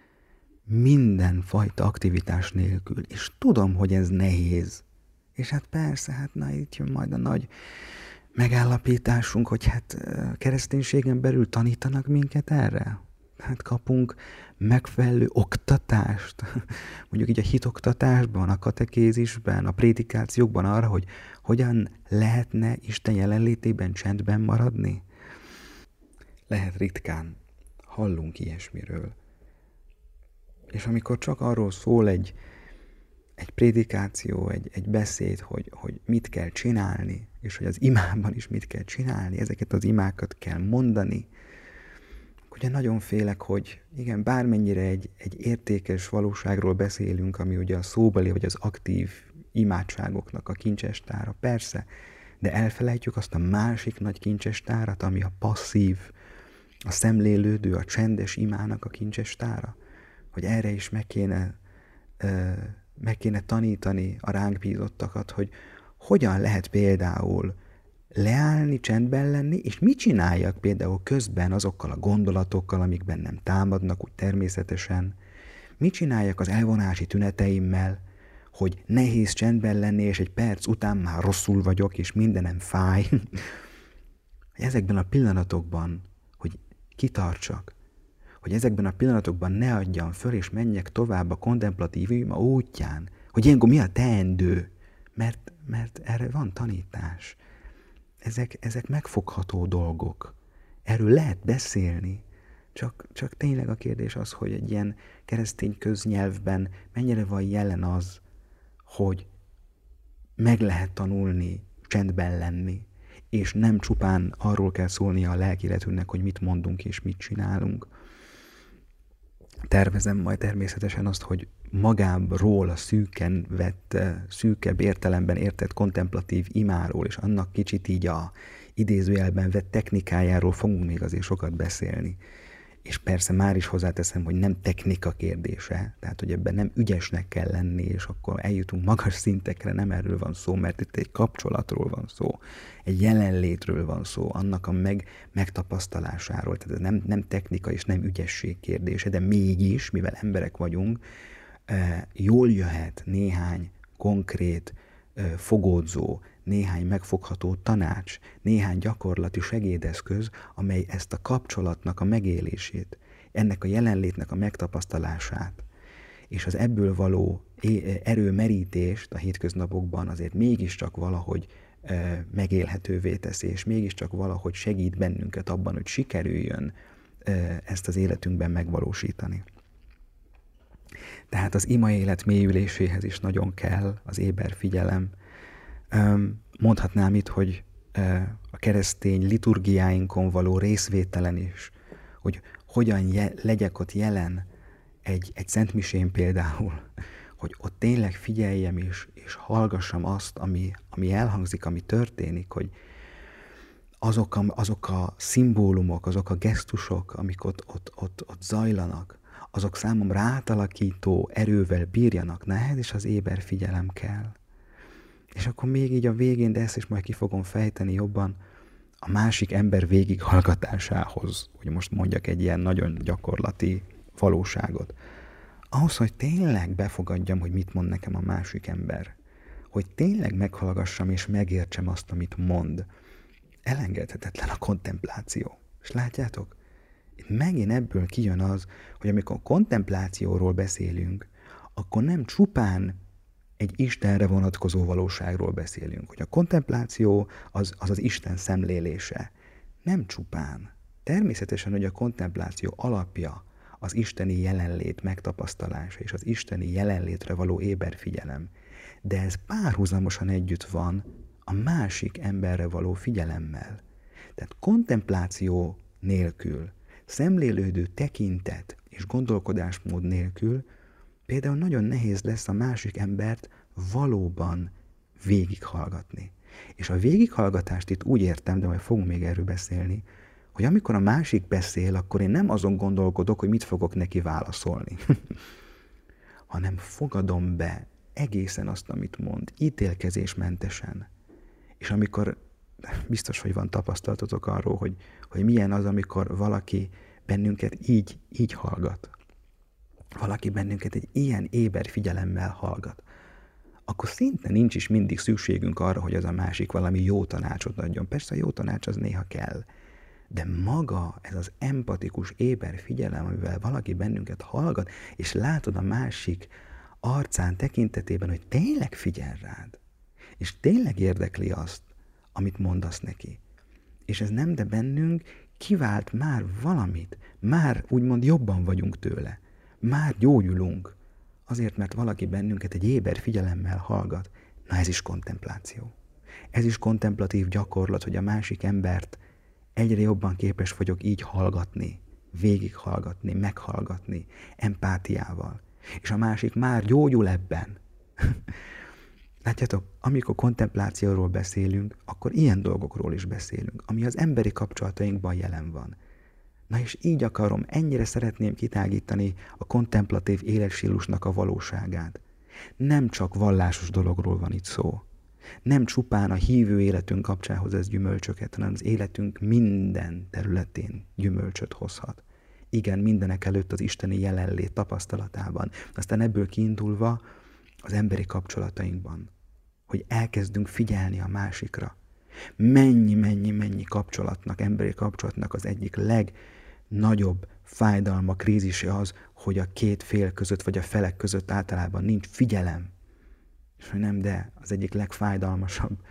Speaker 1: minden fajta aktivitás nélkül. És tudom, hogy ez nehéz. És hát persze, hát na itt jön majd a nagy megállapításunk, hogy hát kereszténységen belül tanítanak minket erre. Hát kapunk megfelelő oktatást, mondjuk így a hitoktatásban, a katekézisben, a prédikációkban arra, hogy hogyan lehetne Isten jelenlétében csendben maradni. Lehet ritkán hallunk ilyesmiről. És amikor csak arról szól egy prédikáció, egy beszéd, hogy mit kell csinálni, és hogy az imában is mit kell csinálni, ezeket az imákat kell mondani, ugye nagyon félek, hogy igen, bármennyire egy értékes valóságról beszélünk, ami ugye a szóbeli vagy az aktív imádságoknak a kincsestára, persze, de elfelejtjük azt a másik nagy kincsestárat, ami a passzív, a szemlélődő, a csendes imának a kincsestára, hogy erre is meg kéne tanítani a ránk bízottakat, hogy hogyan lehet például leállni, csendben lenni, és mit csináljak például közben azokkal a gondolatokkal, amik bennem támadnak, úgy természetesen. Mit csináljak az elvonási tüneteimmel, hogy nehéz csendben lenni, és egy perc után már rosszul vagyok, és mindenem fáj. Ezekben a pillanatokban, hogy kitartsak, hogy ezekben a pillanatokban ne adjam föl, és menjek tovább a kontemplatív ima útján, hogy ilyenkor mi a teendő, mert erre van tanítás. Ezek megfogható dolgok. Erről lehet beszélni, csak tényleg a kérdés az, hogy egy ilyen keresztény köznyelvben mennyire van jelen az, hogy meg lehet tanulni csendben lenni, és nem csupán arról kell szólnia a lelkéletünknek, hogy mit mondunk és mit csinálunk. Tervezem majd természetesen azt, hogy magáról a szűken vett, szűkebb értelemben értett kontemplatív imáról, és annak kicsit így a idézőjelben vett technikájáról fogunk még azért sokat beszélni. És persze már is hozzáteszem, hogy nem technika kérdése, tehát hogy ebben nem ügyesnek kell lenni, és akkor eljutunk magas szintekre, nem erről van szó, mert itt egy kapcsolatról van szó, egy jelenlétről van szó, annak a megtapasztalásáról, tehát ez nem technika és nem ügyesség kérdése, de mégis, mivel emberek vagyunk, jól jöhet néhány konkrét, fogódzó, néhány megfogható tanács, néhány gyakorlati segédeszköz, amely ezt a kapcsolatnak a megélését, ennek a jelenlétnek a megtapasztalását, és az ebből való erőmerítést a hétköznapokban azért mégiscsak valahogy megélhetővé teszi, és mégiscsak valahogy segít bennünket abban, hogy sikerüljön ezt az életünkben megvalósítani. Tehát az ima élet mélyüléséhez is nagyon kell az éber figyelem. Mondhatnám itt, hogy a keresztény liturgiáinkon való részvételen is, hogy hogyan legyek ott jelen egy szentmisén például, hogy ott tényleg figyeljem és hallgassam azt, ami elhangzik, ami történik, hogy azok a szimbólumok, azok a gesztusok, amik ott zajlanak, azok számomra átalakító erővel bírjanak, ehhez is az éber figyelem kell. És akkor még így a végén, de ezt is majd ki fogom fejteni jobban, a másik ember végighallgatásához, hogy most mondjak egy ilyen nagyon gyakorlati valóságot. Ahhoz, hogy tényleg befogadjam, hogy mit mond nekem a másik ember, hogy tényleg meghallgassam és megértsem azt, amit mond, elengedhetetlen a kontempláció. És látjátok? Itt megint ebből kijön az, hogy amikor kontemplációról beszélünk, akkor nem csupán egy Istenre vonatkozó valóságról beszélünk. Hogy a kontempláció az Isten szemlélése. Nem csupán. Természetesen, hogy a kontempláció alapja az isteni jelenlét megtapasztalása és az isteni jelenlétre való éberfigyelem. De ez párhuzamosan együtt van a másik emberre való figyelemmel. Tehát kontempláció nélkül, szemlélődő tekintet és gondolkodásmód nélkül például nagyon nehéz lesz a másik embert valóban végighallgatni. És a végighallgatást itt úgy értem, de majd fogunk még erről beszélni, hogy amikor a másik beszél, akkor én nem azon gondolkodok, hogy mit fogok neki válaszolni, hanem fogadom be egészen azt, amit mond, ítélkezésmentesen. És amikor, biztos, hogy van tapasztalatotok arról, hogy milyen az, amikor valaki bennünket így hallgat. Valaki bennünket egy ilyen éber figyelemmel hallgat, akkor szinte nincs is mindig szükségünk arra, hogy az a másik valami jó tanácsot adjon. Persze a jó tanács az néha kell, de maga ez az empatikus éber figyelem, amivel valaki bennünket hallgat, és látod a másik arcán, tekintetében, hogy tényleg figyel rád, és tényleg érdekli azt, amit mondasz neki. És ez nem, de bennünk kivált már valamit, már úgymond jobban vagyunk tőle. Már gyógyulunk, azért, mert valaki bennünket egy éber figyelemmel hallgat. Na ez is kontempláció. Ez is kontemplatív gyakorlat, hogy a másik embert egyre jobban képes vagyok így hallgatni, végighallgatni, meghallgatni, empátiával. És a másik már gyógyul ebben. Látjátok, amikor kontemplációról beszélünk, akkor ilyen dolgokról is beszélünk, ami az emberi kapcsolatainkban jelen van. Na és így akarom, ennyire szeretném kitágítani a kontemplatív életstílusnak a valóságát. Nem csak vallásos dologról van itt szó. Nem csupán a hívő életünk kapcsához ez gyümölcsöket, hanem az életünk minden területén gyümölcsöt hozhat. Igen, mindenek előtt az isteni jelenlét tapasztalatában. Aztán ebből kiindulva az emberi kapcsolatainkban, hogy elkezdünk figyelni a másikra. Mennyi kapcsolatnak, emberi kapcsolatnak az egyik legnagyobb fájdalma, krízise az, hogy a két fél között, vagy a felek között általában nincs figyelem. És hogy nem, de az egyik legfájdalmasabb,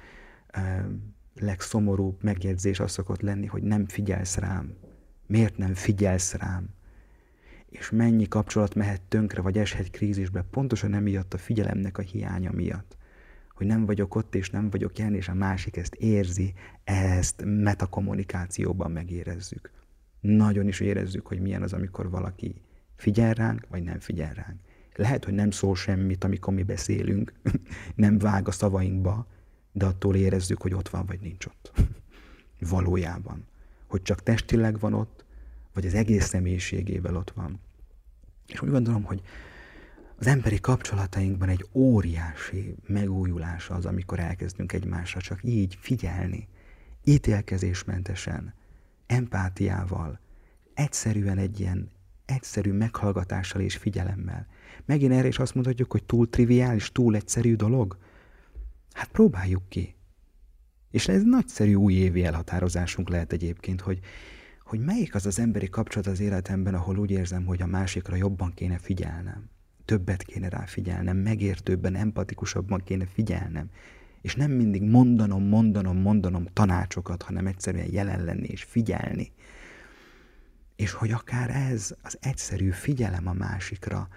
Speaker 1: legszomorúbb megjegyzés az szokott lenni, hogy nem figyelsz rám. Miért nem figyelsz rám? És mennyi kapcsolat mehet tönkre, vagy eshet krízisbe, pontosan emiatt a figyelemnek a hiánya miatt. Hogy nem vagyok ott, és nem vagyok jelen, és a másik ezt érzi, ezt metakommunikációban megérezzük. Nagyon is érezzük, hogy milyen az, amikor valaki figyel ránk, vagy nem figyel ránk. Lehet, hogy nem szól semmit, amikor mi beszélünk, nem vág a szavainkba, de attól érezzük, hogy ott van, vagy nincs ott. Valójában. Hogy csak testileg van ott, vagy az egész személyiségével ott van. És úgy gondolom, hogy az emberi kapcsolatainkban egy óriási megújulás az, amikor elkezdünk egymásra csak így figyelni, ítélkezésmentesen, empátiával, egyszerűen egy ilyen egyszerű meghallgatással és figyelemmel. Megint erre is azt mondhatjuk, hogy túl triviális, túl egyszerű dolog. Hát próbáljuk ki. És ez nagyszerű újévi elhatározásunk lehet egyébként, hogy melyik az az emberi kapcsolat az életemben, ahol úgy érzem, hogy a másikra jobban kéne figyelnem. Többet kéne rá figyelnem, megértőbben, empatikusabban kéne figyelnem. És nem mindig mondanom tanácsokat, hanem egyszerűen jelen lenni és figyelni. És hogy akár ez az egyszerű figyelem a másikra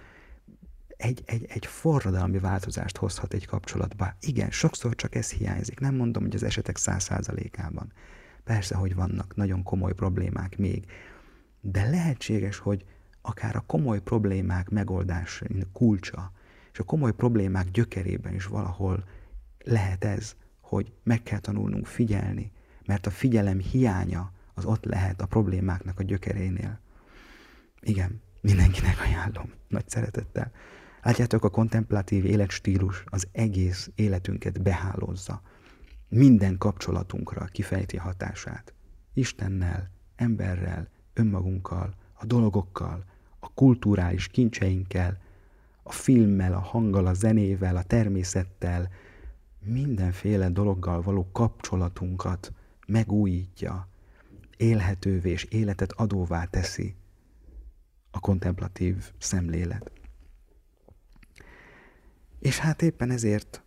Speaker 1: egy forradalmi változást hozhat egy kapcsolatba. Igen, sokszor csak ez hiányzik. Nem mondom, hogy az esetek 100%-ában. Persze, hogy vannak nagyon komoly problémák még. De lehetséges, hogy akár a komoly problémák megoldás kulcsa, és a komoly problémák gyökerében is valahol lehet ez, hogy meg kell tanulnunk figyelni, mert a figyelem hiánya az ott lehet a problémáknak a gyökerénél. Igen, mindenkinek ajánlom, nagy szeretettel. Látjátok, a kontemplatív életstílus az egész életünket behálózza. Minden kapcsolatunkra kifejti hatását. Istennel, emberrel, önmagunkkal, a dolgokkal, a kulturális kincseinkkel, a filmmel, a hanggal, a zenével, a természettel, mindenféle dologgal való kapcsolatunkat megújítja, élhetővé és életet adóvá teszi a kontemplatív szemlélet. És hát éppen ezért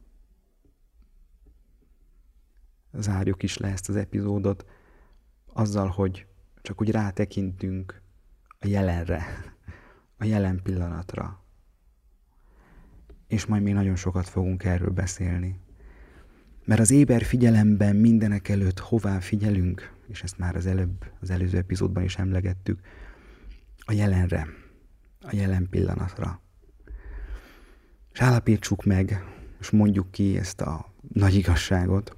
Speaker 1: zárjuk is le ezt az epizódot azzal, hogy csak úgy rátekintünk a jelenre, a jelen pillanatra. És majd még nagyon sokat fogunk erről beszélni. Mert az éber figyelemben mindenek előtt hová figyelünk, és ezt már az előző epizódban is emlegettük, a jelenre, a jelen pillanatra. És állapítsuk meg, és mondjuk ki ezt a nagy igazságot,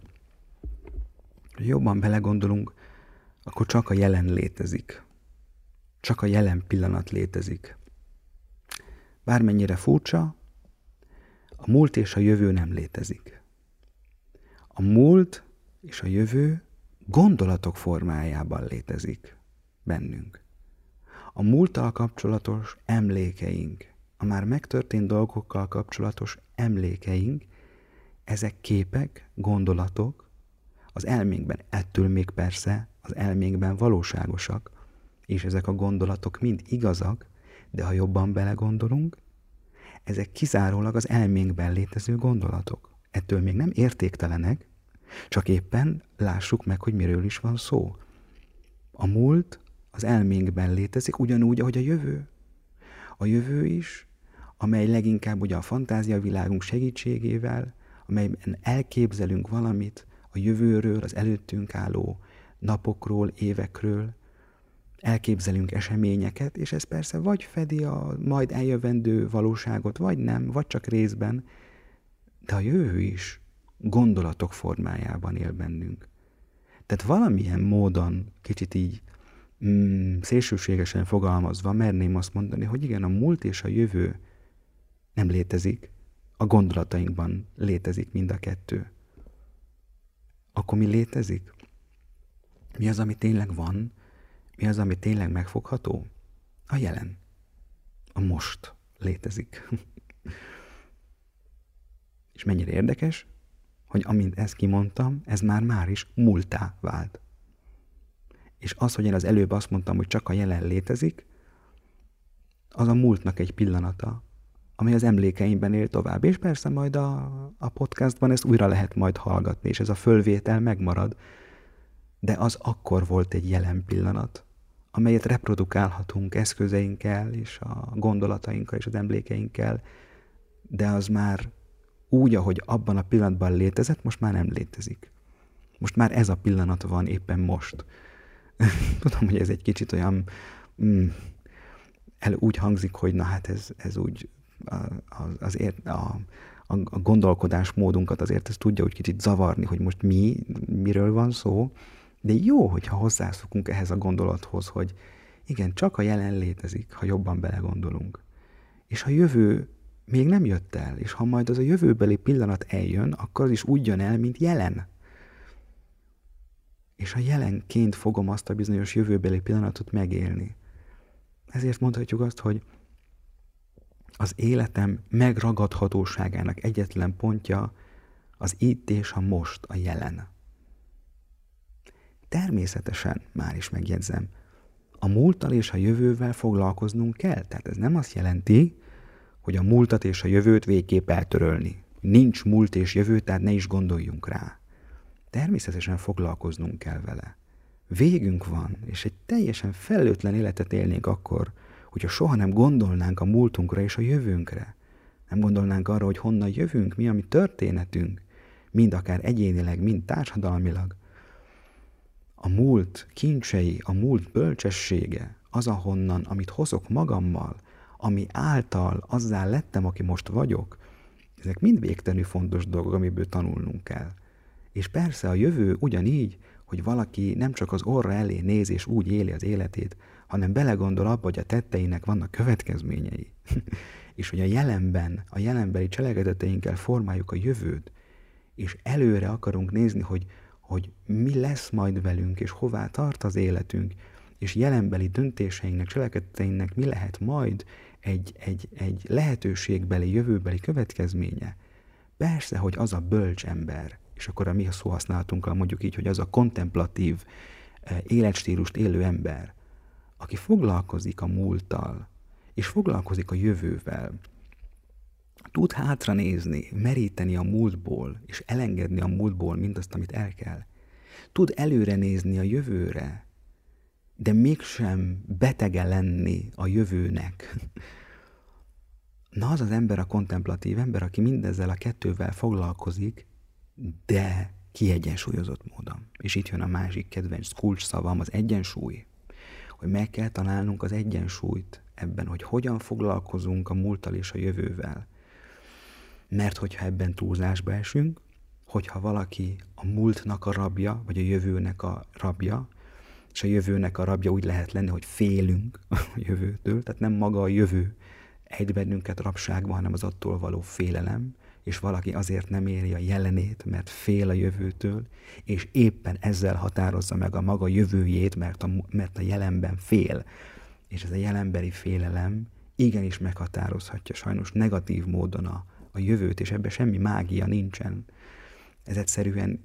Speaker 1: hogy jobban belegondolunk, akkor csak a jelen létezik. Csak a jelen pillanat létezik. Bármennyire furcsa, a múlt és a jövő nem létezik. A múlt és a jövő gondolatok formájában létezik bennünk. A múlttal kapcsolatos emlékeink, a már megtörtént dolgokkal kapcsolatos emlékeink, ezek képek, gondolatok, az elménkben, ettől még persze az elménkben valóságosak, és ezek a gondolatok mind igazak, de ha jobban belegondolunk, ezek kizárólag az elménkben létező gondolatok. Ettől még nem értéktelenek, csak éppen lássuk meg, hogy miről is van szó. A múlt az elménkben létezik, ugyanúgy, ahogy a jövő. A jövő is, amely leginkább ugye a fantáziavilágunk segítségével, amelyben elképzelünk valamit a jövőről, az előttünk álló napokról, évekről, elképzelünk eseményeket, és ez persze vagy fedi a majd eljövendő valóságot, vagy nem, vagy csak részben, de a jövő is gondolatok formájában él bennünk. Tehát valamilyen módon, kicsit így szélsőségesen fogalmazva, merném azt mondani, hogy igen, a múlt és a jövő nem létezik, a gondolatainkban létezik mind a kettő. Akkor mi létezik? Mi az, ami tényleg van? Mi az, ami tényleg megfogható? A jelen. A most létezik. És mennyire érdekes, hogy amint ezt kimondtam, ez már is múlttá vált. És az, hogy én az előbb azt mondtam, hogy csak a jelen létezik, az a múltnak egy pillanata, amely az emlékeimben él tovább. És persze majd a podcastban ezt újra lehet majd hallgatni, és ez a fölvétel megmarad, de az akkor volt egy jelen pillanat, amelyet reprodukálhatunk eszközeinkkel, és a gondolatainkkal, és az emlékeinkkel, de az már úgy, ahogy abban a pillanatban létezett, most már nem létezik. Most már ez a pillanat van éppen most. Tudom, hogy ez egy kicsit olyan úgy hangzik, hogy na hát ez úgy a gondolkodásmódunkat azért ez tudja úgy kicsit zavarni, hogy most miről van szó, de jó, hogyha hozzászokunk ehhez a gondolathoz, hogy igen, csak a jelen létezik, ha jobban belegondolunk. És a jövő még nem jött el, és ha majd az a jövőbeli pillanat eljön, akkor az is úgy jön el, mint jelen. És a jelenként fogom azt a bizonyos jövőbeli pillanatot megélni. Ezért mondhatjuk azt, hogy az életem megragadhatóságának egyetlen pontja az itt és a most, a jelen. Természetesen, már is megjegyzem, a múlttal és a jövővel foglalkoznunk kell. Tehát ez nem azt jelenti, hogy a múltat és a jövőt végképp eltörölni. Nincs múlt és jövő, tehát ne is gondoljunk rá. Természetesen foglalkoznunk kell vele. Végünk van, és egy teljesen felelőtlen életet élnénk akkor, hogyha soha nem gondolnánk a múltunkra és a jövőnkre. Nem gondolnánk arra, hogy honnan jövünk, mi a mi történetünk, mind akár egyénileg, mind társadalmilag. A múlt kincsei, a múlt bölcsessége, az ahonnan, amit hozok magammal, ami által azzá lettem, aki most vagyok, ezek mind végtelenül fontos dolgok, amiből tanulnunk kell. És persze a jövő ugyanígy, hogy valaki nem csak az orra elé néz és úgy éli az életét, hanem belegondol abba, hogy a tetteinek vannak következményei. És hogy a jelenbeli cselekedeteinkkel formáljuk a jövőt, és előre akarunk nézni, hogy mi lesz majd velünk, és hová tart az életünk, és jelenbeli döntéseinknek, cselekedeteinknek mi lehet majd egy lehetőségbeli, jövőbeli következménye. Persze, hogy az a bölcs ember, és akkor a mi szóhasználatunkkal mondjuk így, hogy az a kontemplatív életstílust élő ember, aki foglalkozik a múlttal, és foglalkozik a jövővel, tud hátranézni, meríteni a múltból, és elengedni a múltból mindazt, amit el kell. Tud előre nézni a jövőre, de mégsem betege lenni a jövőnek. Na az az ember a kontemplatív ember, aki mindezzel a kettővel foglalkozik, de kiegyensúlyozott módon. És itt jön a másik kedvenc kulcs szavam, az egyensúly. Hogy meg kell találnunk az egyensúlyt ebben, hogy hogyan foglalkozunk a múlttal és a jövővel. Mert hogyha ebben túlzásba esünk, hogyha valaki a múltnak a rabja, vagy a jövőnek a rabja, és a jövőnek a rabja úgy lehet lenni, hogy félünk a jövőtől, tehát nem maga a jövő ejt bennünket rabságba, hanem az attól való félelem, és valaki azért nem éri a jelenét, mert fél a jövőtől, és éppen ezzel határozza meg a maga jövőjét, mert a jelenben fél. És ez a jelenbeli félelem igenis meghatározhatja sajnos negatív módon a jövőt, és ebben semmi mágia nincsen. Ez egyszerűen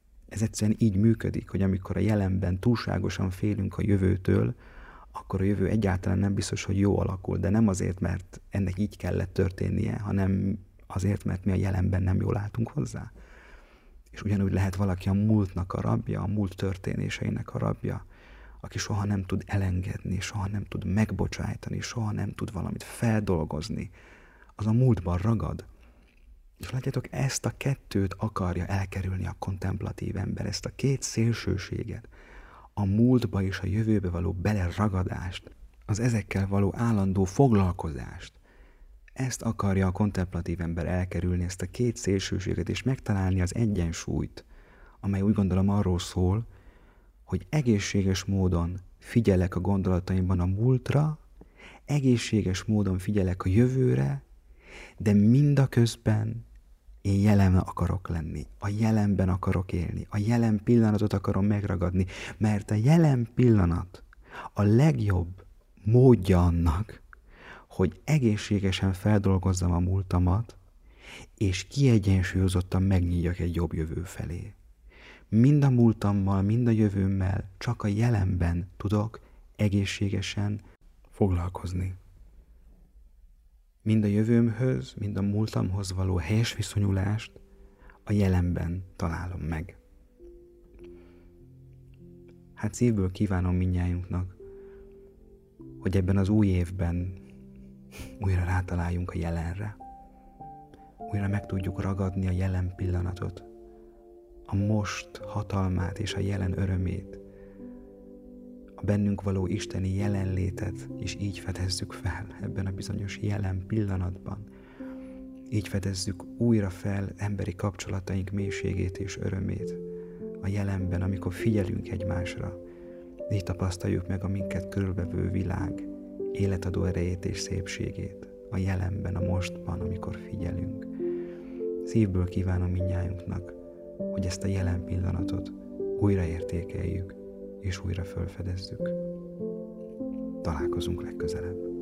Speaker 1: így működik, hogy amikor a jelenben túlságosan félünk a jövőtől, akkor a jövő egyáltalán nem biztos, hogy jó alakul, de nem azért, mert ennek így kellett történnie, hanem azért, mert mi a jelenben nem jól álltunk hozzá. És ugyanúgy lehet valaki a múltnak a rabja, a múlt történéseinek a rabja, aki soha nem tud elengedni, soha nem tud megbocsájtani, soha nem tud valamit feldolgozni, az a múltban ragad. És látjátok, ezt a kettőt akarja elkerülni a kontemplatív ember, ezt a két szélsőséget, a múltba és a jövőbe való beleragadást, az ezekkel való állandó foglalkozást. Ezt akarja a kontemplatív ember elkerülni, ezt a két szélsőséget, és megtalálni az egyensúlyt, amely úgy gondolom arról szól, hogy egészséges módon figyelek a gondolataimban a múltra, egészséges módon figyelek a jövőre, de mindaközben én jelen akarok lenni, a jelenben akarok élni, a jelen pillanatot akarom megragadni, mert a jelen pillanat a legjobb módja annak, hogy egészségesen feldolgozzam a múltamat, és kiegyensúlyozottan megnyíljak egy jobb jövő felé. Mind a múltammal, mind a jövőmmel csak a jelenben tudok egészségesen foglalkozni. Mind a jövőmhöz, mind a múltamhoz való helyes viszonyulást a jelenben találom meg. Hát szívből kívánom mindnyájunknak, hogy ebben az új évben újra rátaláljunk a jelenre. Újra meg tudjuk ragadni a jelen pillanatot, a most hatalmát és a jelen örömét, a bennünk való isteni jelenlétet, és így fedezzük fel ebben a bizonyos jelen pillanatban. Így fedezzük újra fel emberi kapcsolataink mélységét és örömét a jelenben, amikor figyelünk egymásra. Így tapasztaljuk meg a minket körülvevő világ életadó erejét és szépségét a jelenben, a mostban, amikor figyelünk. Szívből kívánom mindnyájunknak, hogy ezt a jelen pillanatot újra értékeljük és újra felfedezzük. Találkozunk legközelebb.